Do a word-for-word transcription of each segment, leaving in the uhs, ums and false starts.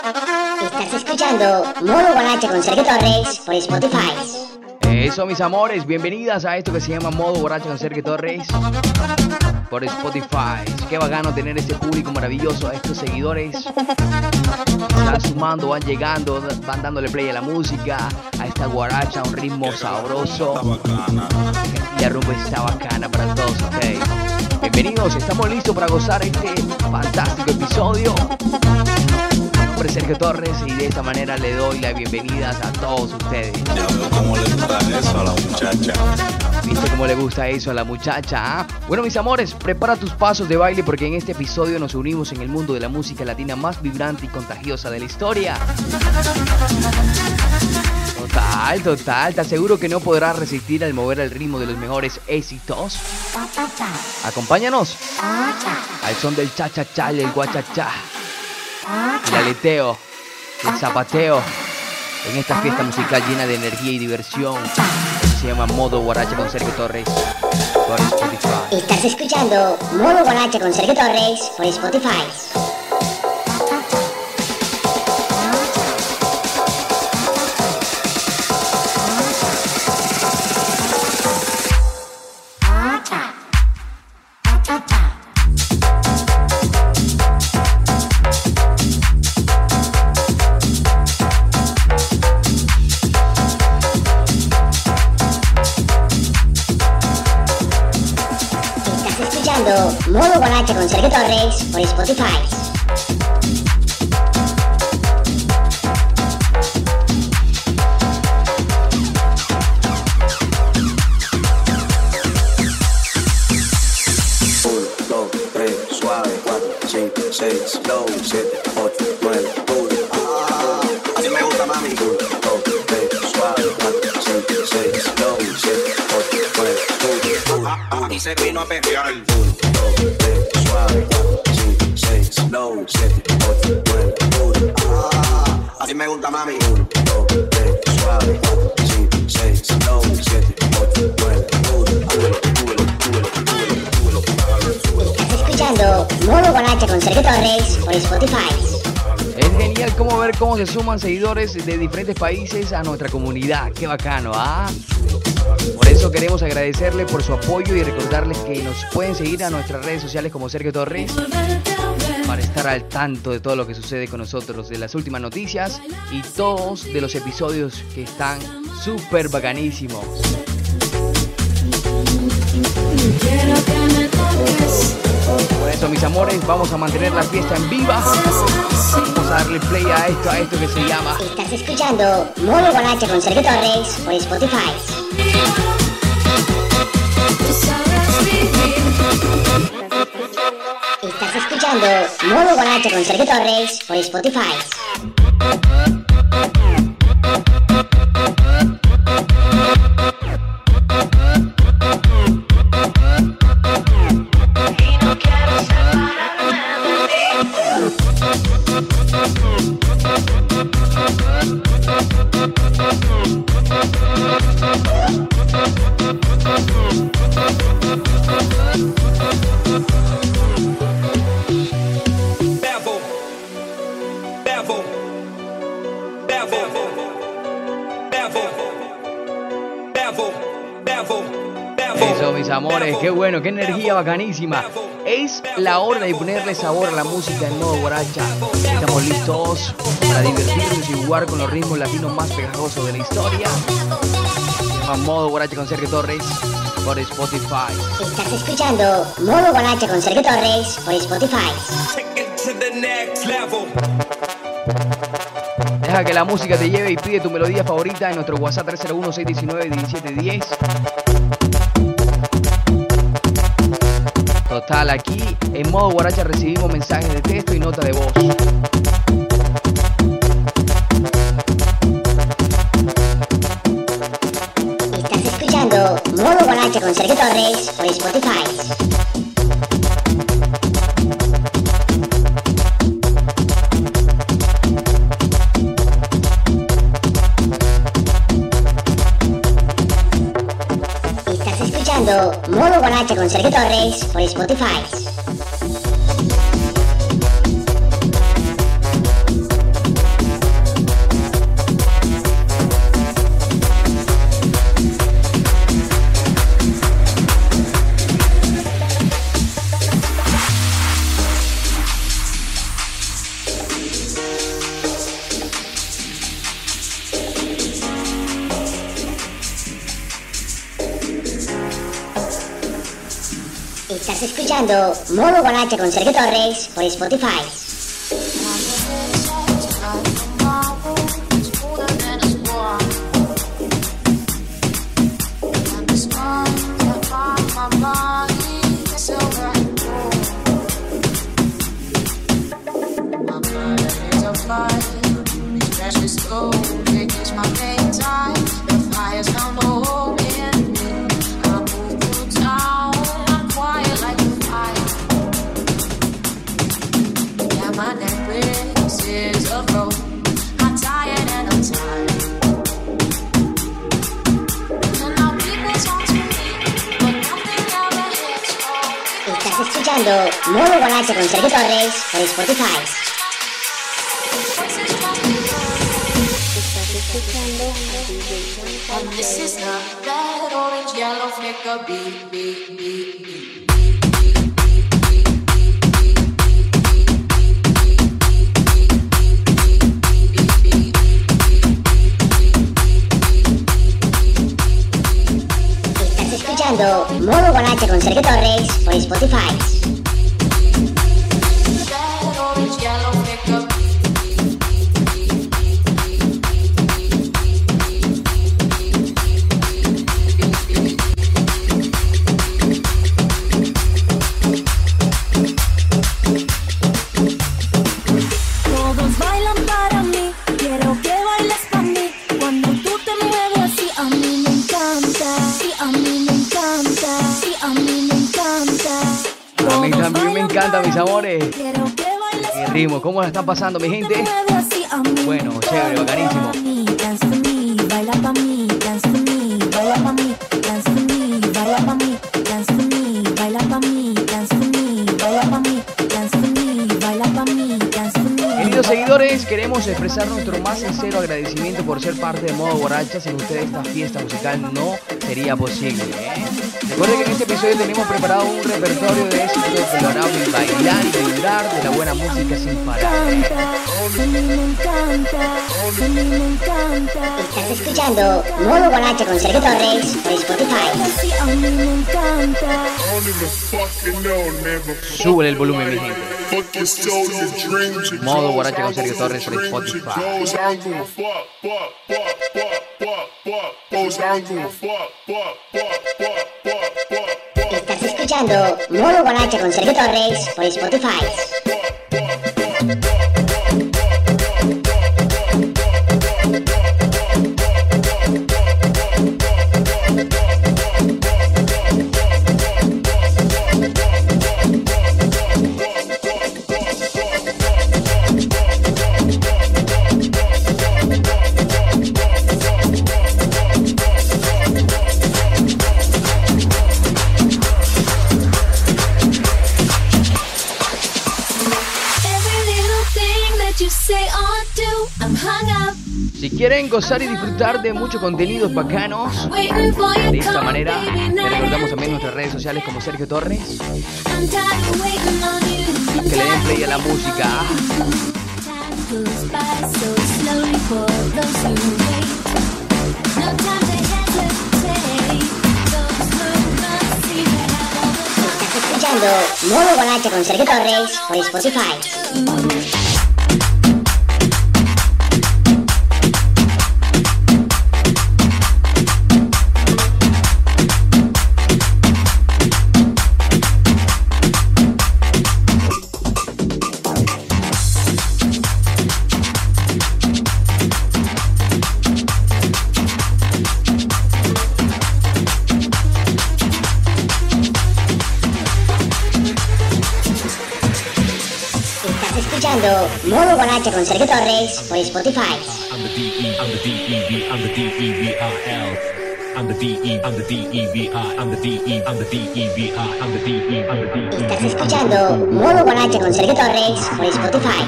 Estás escuchando Modo Guaracha con Sergio Torres por Spotify. Eso, mis amores, bienvenidas a esto que se llama Modo Borracho con Sergio Torres por Spotify. Qué bacano tener este público maravilloso, a estos seguidores. Están sumando, van llegando, van dándole play a la música, a esta guaracha, un ritmo sabroso. Y la rumba está bacana para todos ustedes. Bienvenidos, estamos listos para gozar este fantástico episodio. Mi nombre es Sergio Torres y de esta manera le doy las bienvenidas a todos ustedes. Ya veo cómo le gusta eso a la muchacha. ¿Viste cómo le gusta eso a la muchacha? ¿eh? Bueno, mis amores, prepara tus pasos de baile porque en este episodio nos unimos en el mundo de la música latina más vibrante y contagiosa de la historia. Total, total, ¿te aseguro que no podrás resistir al mover el ritmo de los mejores éxitos? Acompáñanos al son del cha-cha-cha y el guachachá, el aleteo, el zapateo, en esta fiesta musical llena de energía y diversión. Se llama Modo Guaracha con Sergio Torres por Spotify. Estás escuchando Modo Guaracha con Sergio Torres por Spotify. Modo Guaracha con Sergio Torres por Spotify. uno, dos, tres, suave, cuatro, cinco, seis, low, siete, ocho, nueve, uno. Ah, así me gusta, mami. uno, dos, tres, suave, cuatro, cinco, seis, low, siete, ocho, nueve, uno. Ah, ah, y se vino a perrear. uno, dos, tres, suave, cuatro, cinco, seis, low, siete, ocho, nueve, uno. Ah, así me gusta, mami. uno, dos, tres, suave, cuatro, cinco, seis, low, siete, ocho, nueve, uno. Estás escuchando Modo Guaracha con Sergio Torres por Spotify. Es genial cómo ver cómo se suman seguidores de diferentes países a nuestra comunidad. Qué bacano, ¿ah? Por eso queremos agradecerle por su apoyo y recordarles que nos pueden seguir a nuestras redes sociales como Sergio Torres para estar al tanto de todo lo que sucede con nosotros, de las últimas noticias y todos de los episodios que están súper bacanísimos. Por eso, mis amores, vamos a mantener la fiesta en viva. Vamos a darle play a esto, a esto que se llama. Estás escuchando Modo Guaracha con Sergio Torres por Spotify. Estás escuchando Modo Guaracha con Sergio Torres por Spotify. Eso, mis amores, qué bueno, qué energía bacanísima. Es la hora de ponerle sabor a la música en modo guaracha. Estamos listos para divertirnos y jugar con los ritmos latinos más pegajosos de la historia. Se llama Modo Guaracha con Sergio Torres por Spotify. Estás escuchando Modo Guaracha con Sergio Torres por Spotify. Deja que la música te lleve y pide tu melodía favorita en nuestro WhatsApp tres cero uno, seis uno nueve, uno siete uno cero. Total, aquí en Modo Guaracha recibimos mensajes de texto y nota de voz. Estás escuchando Modo Guaracha con Sergio Torres por Spotify. Modo Guaracha con Sergio Torres por Spotify. Estás escuchando Modo Guaracha con Sergio Torres por Spotify. Estás escuchando Modo Guaracha con Sergio Torres por Spotify. This is the red, orange, yellow flicker beat, beat, beat, beat. Estás escuchando Modo Guaracha con Sergio Torres por Spotify. Red, orange, yellow flicker beat. Mis amores, el ritmo, ¿cómo la están pasando mi gente? Bueno, chévere, bacanísimo. Baila pa' mí, dance to me, baila pa' mí, dance to me, baila pa' mí, dance to me, baila pa' mí, dance to me, baila pa' mí, dance to me, baila pa' mí, dance to me. Queridos seguidores, queremos expresar nuestro más sincero agradecimiento por ser parte de Modo Guaracha. Sin ustedes esta fiesta musical no sería posible, ¿eh? Recuerden que en este episodio tenemos preparado un repertorio de éxitos que lo hará bailar y vibrar de la buena música sin parar. Estás escuchando Modo Guaracha con Sergio Torres por Spotify. Sube el volumen, mi gente. Modo Guaracha con Sergio Torres por Spotify. Estás escuchando Modo Guaracha con Sergio Torres por Spotify. Si quieren gozar y disfrutar de muchos contenidos bacanos, de esta manera, les recordamos también nuestras redes sociales como Sergio Torres. Que le den play a la música. Estás escuchando Modo Guaracha con Sergio Torres por Spotify. Escuchando Modo Guaracha con Sergio Torres por Spotify. I'm the D E, I'm the D E V, I'm the D E V I L. I'm the D E, I'm the D E V I, I'm the D E, I'm the D E V I, I'm the D E, I'm the D E. Estás escuchando Modo Guaracha con Sergio Torres por Spotify.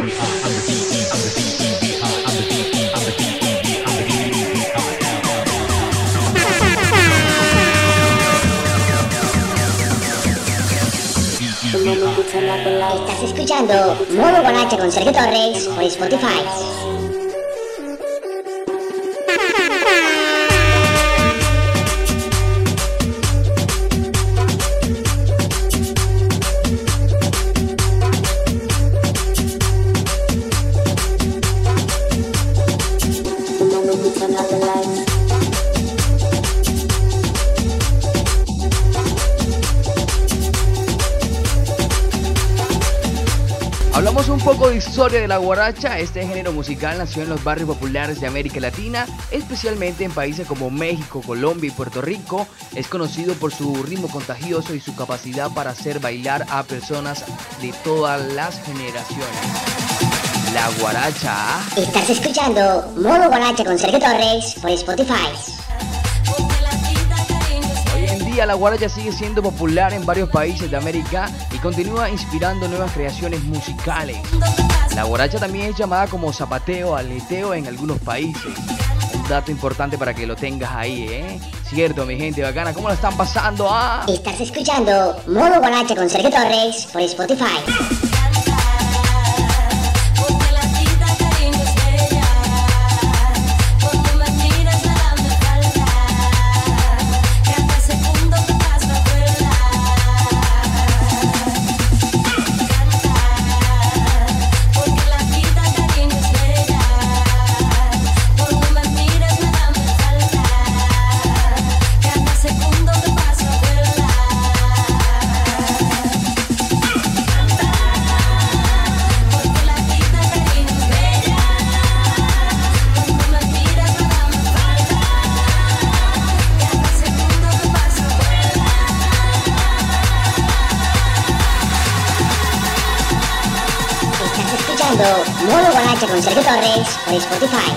Estás escuchando Modo Guaracha con Sergio Torres por Spotify. poco de historia de la guaracha. Este género musical nació en los barrios populares de América Latina, especialmente en países como México, Colombia y Puerto Rico. Es conocido por su ritmo contagioso y su capacidad para hacer bailar a personas de todas las generaciones. La guaracha. Estás escuchando Modo Guaracha con Sergio Torres por Spotify. Hoy en día la guaracha sigue siendo popular en varios países de América y continúa inspirando nuevas creaciones musicales. La guaracha también es llamada como zapateo, aleteo en algunos países. Un dato importante para que lo tengas ahí, ¿eh? Cierto, mi gente bacana, ¿cómo la están pasando? Ah? Estás escuchando Modo Guaracha con Sergio Torres por Spotify. Modo Guaracha con Sergio Torres por Spotify.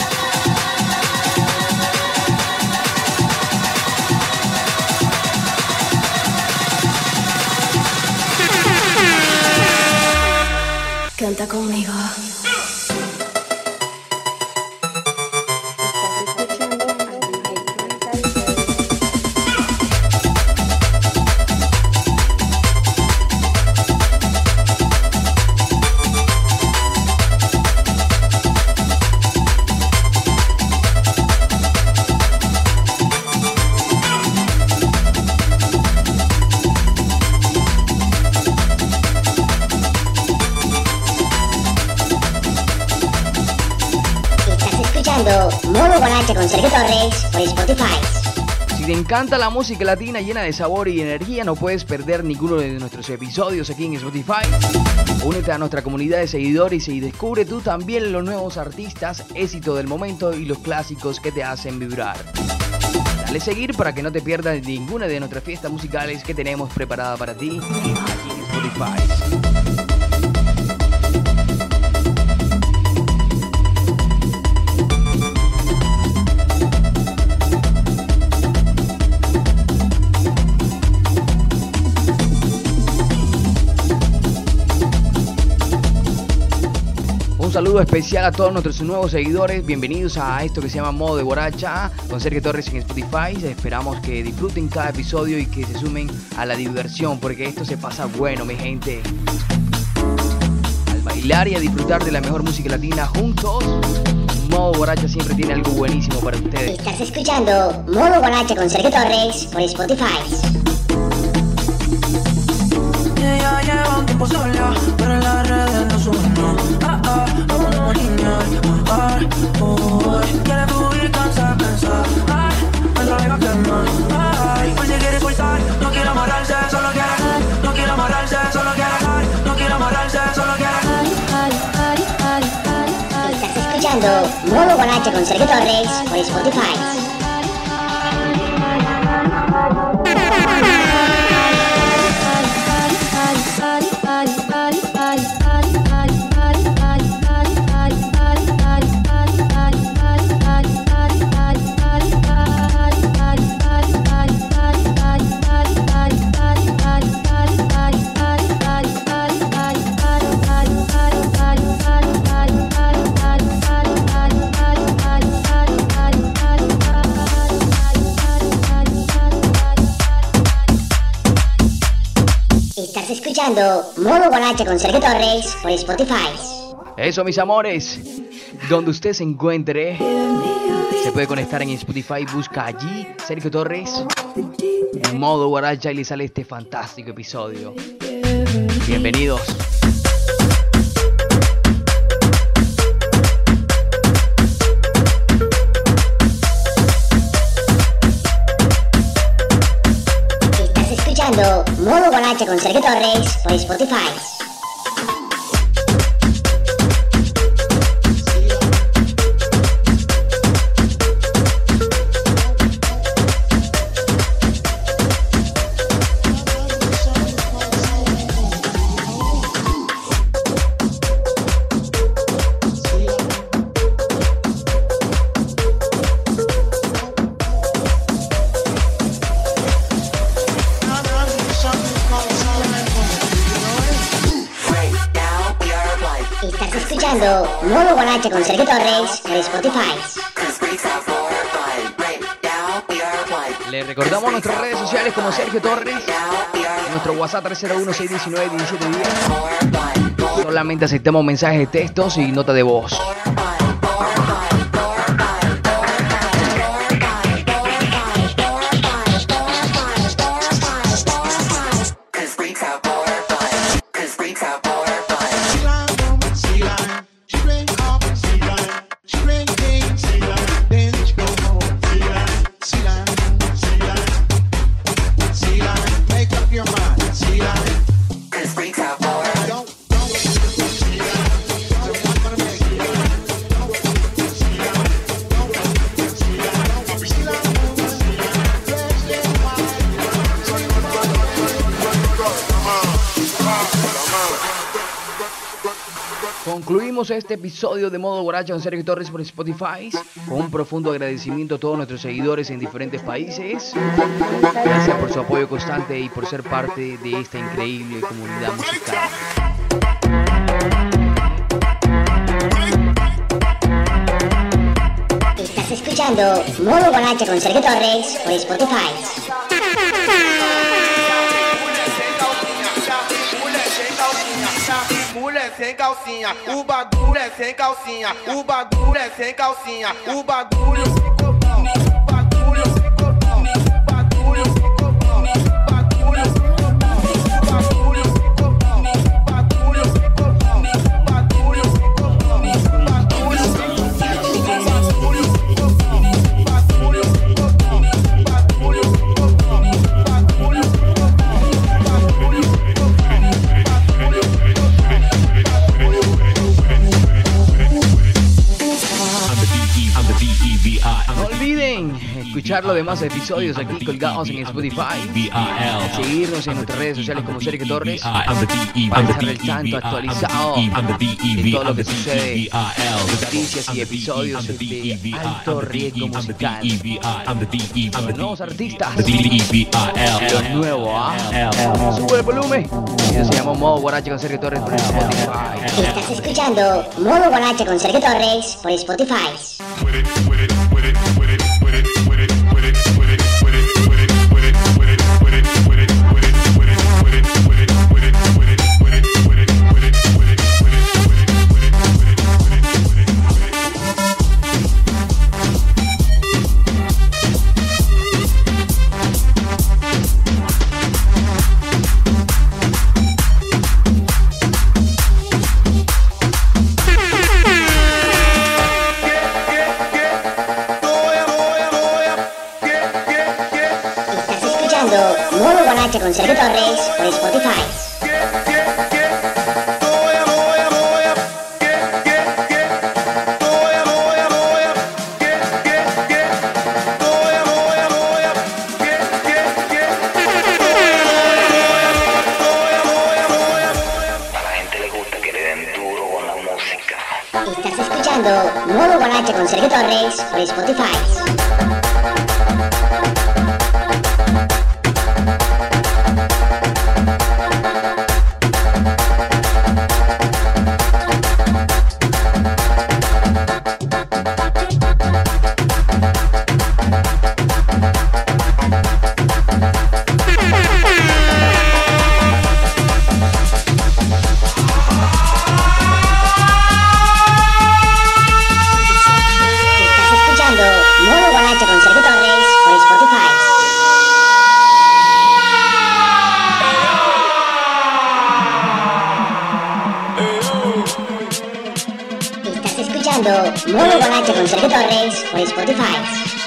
Canta conmigo. Modo Guaracha con Sergio Torres por Spotify. Si te encanta la música latina llena de sabor y energía, no puedes perder ninguno de nuestros episodios aquí en Spotify. Únete a nuestra comunidad de seguidores y descubre tú también los nuevos artistas, éxito del momento y los clásicos que te hacen vibrar. Dale seguir para que no te pierdas ninguna de nuestras fiestas musicales que tenemos preparada para ti aquí en Spotify. Un saludo especial a todos nuestros nuevos seguidores. Bienvenidos a esto que se llama Modo de Guaracha con Sergio Torres en Spotify. Esperamos que disfruten cada episodio y que se sumen a la diversión, porque esto se pasa bueno, mi gente. Al bailar y a disfrutar de la mejor música latina juntos, Modo Guaracha siempre tiene algo buenísimo para ustedes. Estás escuchando Modo Guaracha con Sergio Torres por Spotify. Ella lleva un tiempo sola, pero en las redes no sube nada. Ah, ah, como una niña, ah, oh, quiere fluir, cansa de pensar. Ay, me traiga que más. Ay, hoy se quiere soltar, no quiere amarrarse, solo quiere. No quiere amarrarse, solo quiere. No quiere amarrarse, solo quiere. Estás escuchando Modo Guaracha con Sergio Torres por Spotify. Estás escuchando Modo Guaracha con Sergio Torres por Spotify. Eso, mis amores, donde usted se encuentre, se puede conectar en Spotify, busca allí Sergio Torres en Modo Guaracha y le sale este fantástico episodio. Bienvenidos. Estás escuchando Modo Guaracha con Sergio Torres por Spotify. escuchando Modo Guaracha con Sergio Torres por Spotify. Les recordamos nuestras redes sociales como Sergio Torres, nuestro WhatsApp tres cero uno, seis uno nueve, uno siete uno cero. Solamente aceptamos mensajes de textos y nota de voz. Concluimos este episodio de Modo Guaracha con Sergio Torres por Spotify con un profundo agradecimiento a todos nuestros seguidores en diferentes países. Gracias por su apoyo constante y por ser parte de esta increíble comunidad musical. Estás escuchando Modo Guaracha con Sergio Torres por Spotify. Mulher sem calcinha, o bagulho é sem calcinha, o bagulho é sem calcinha, o bagulho ficou bom, o bagulho ficou bom, o bagulho ficou bom, o bagulho ficou bom, o bagulho ficou bom, o bagulho ficou bom, o bagulho ficou bom, o bagulho ficou bom, o bagulho ficou bom, o bagulho ficou bom, o bagulho ficou bom, o bagulho ficou No olviden escuchar los demás episodios aquí colgados en Spotify, seguirnos en nuestras redes sociales como Sergio Torres para estar al tanto actualizado de todo lo que sucede, noticias y episodios de alto riesgo musical, los nuevos artistas, los nuevos, ¿ah? Sube el volumen. Eso se llama Modo Guaracha con Sergio Torres por Spotify. Estás escuchando Modo Guaracha con Sergio Torres por Spotify. Modo Guaracha con Sergio Torres por Spotify. Estás escuchando Modo Guaracha con Sergio Torres por Spotify. Modo Guaracha con Sergio Torres por Spotify. Estás escuchando Modo Guaracha con Sergio Torres por Spotify.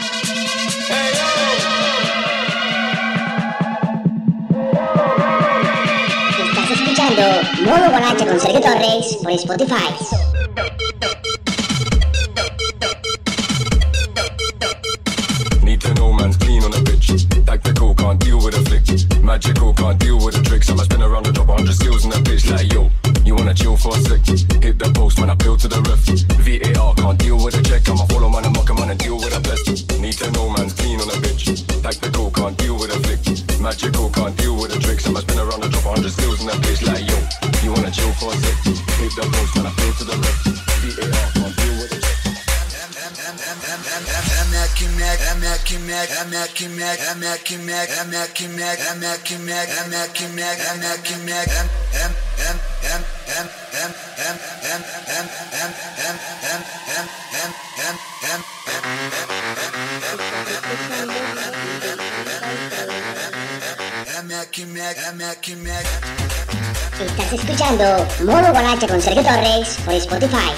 Estás escuchando Modo Guaracha con Sergio Torres por Spotify. Can't deal with a flick, magical, can't deal with the tricks. I'ma spin around the drop one hundred skills in that bitch. Like yo, you wanna chill for a sec? Hit the post, man, appeal to the ref. V A R, can't deal with a check. I'ma follow man, I'm mock man and deal with a best. Need to know man's clean on a bitch. Tactical, can't deal with a flick, magical, can't deal with the tricks. I'ma spin around the drop one hundred skills in that bitch. Like yo, you wanna chill for a sec? Hit the post, man, appeal to the ref. Estás escuchando Modo Guaracha con Sergio Torres por Spotify.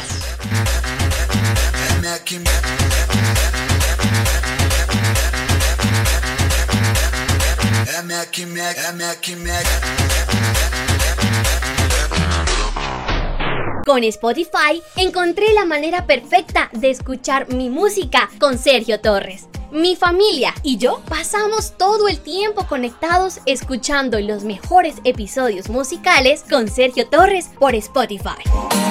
Con Spotify encontré la manera perfecta de escuchar mi música con Sergio Torres. Mi familia y yo pasamos todo el tiempo conectados escuchando los mejores episodios musicales con Sergio Torres por Spotify.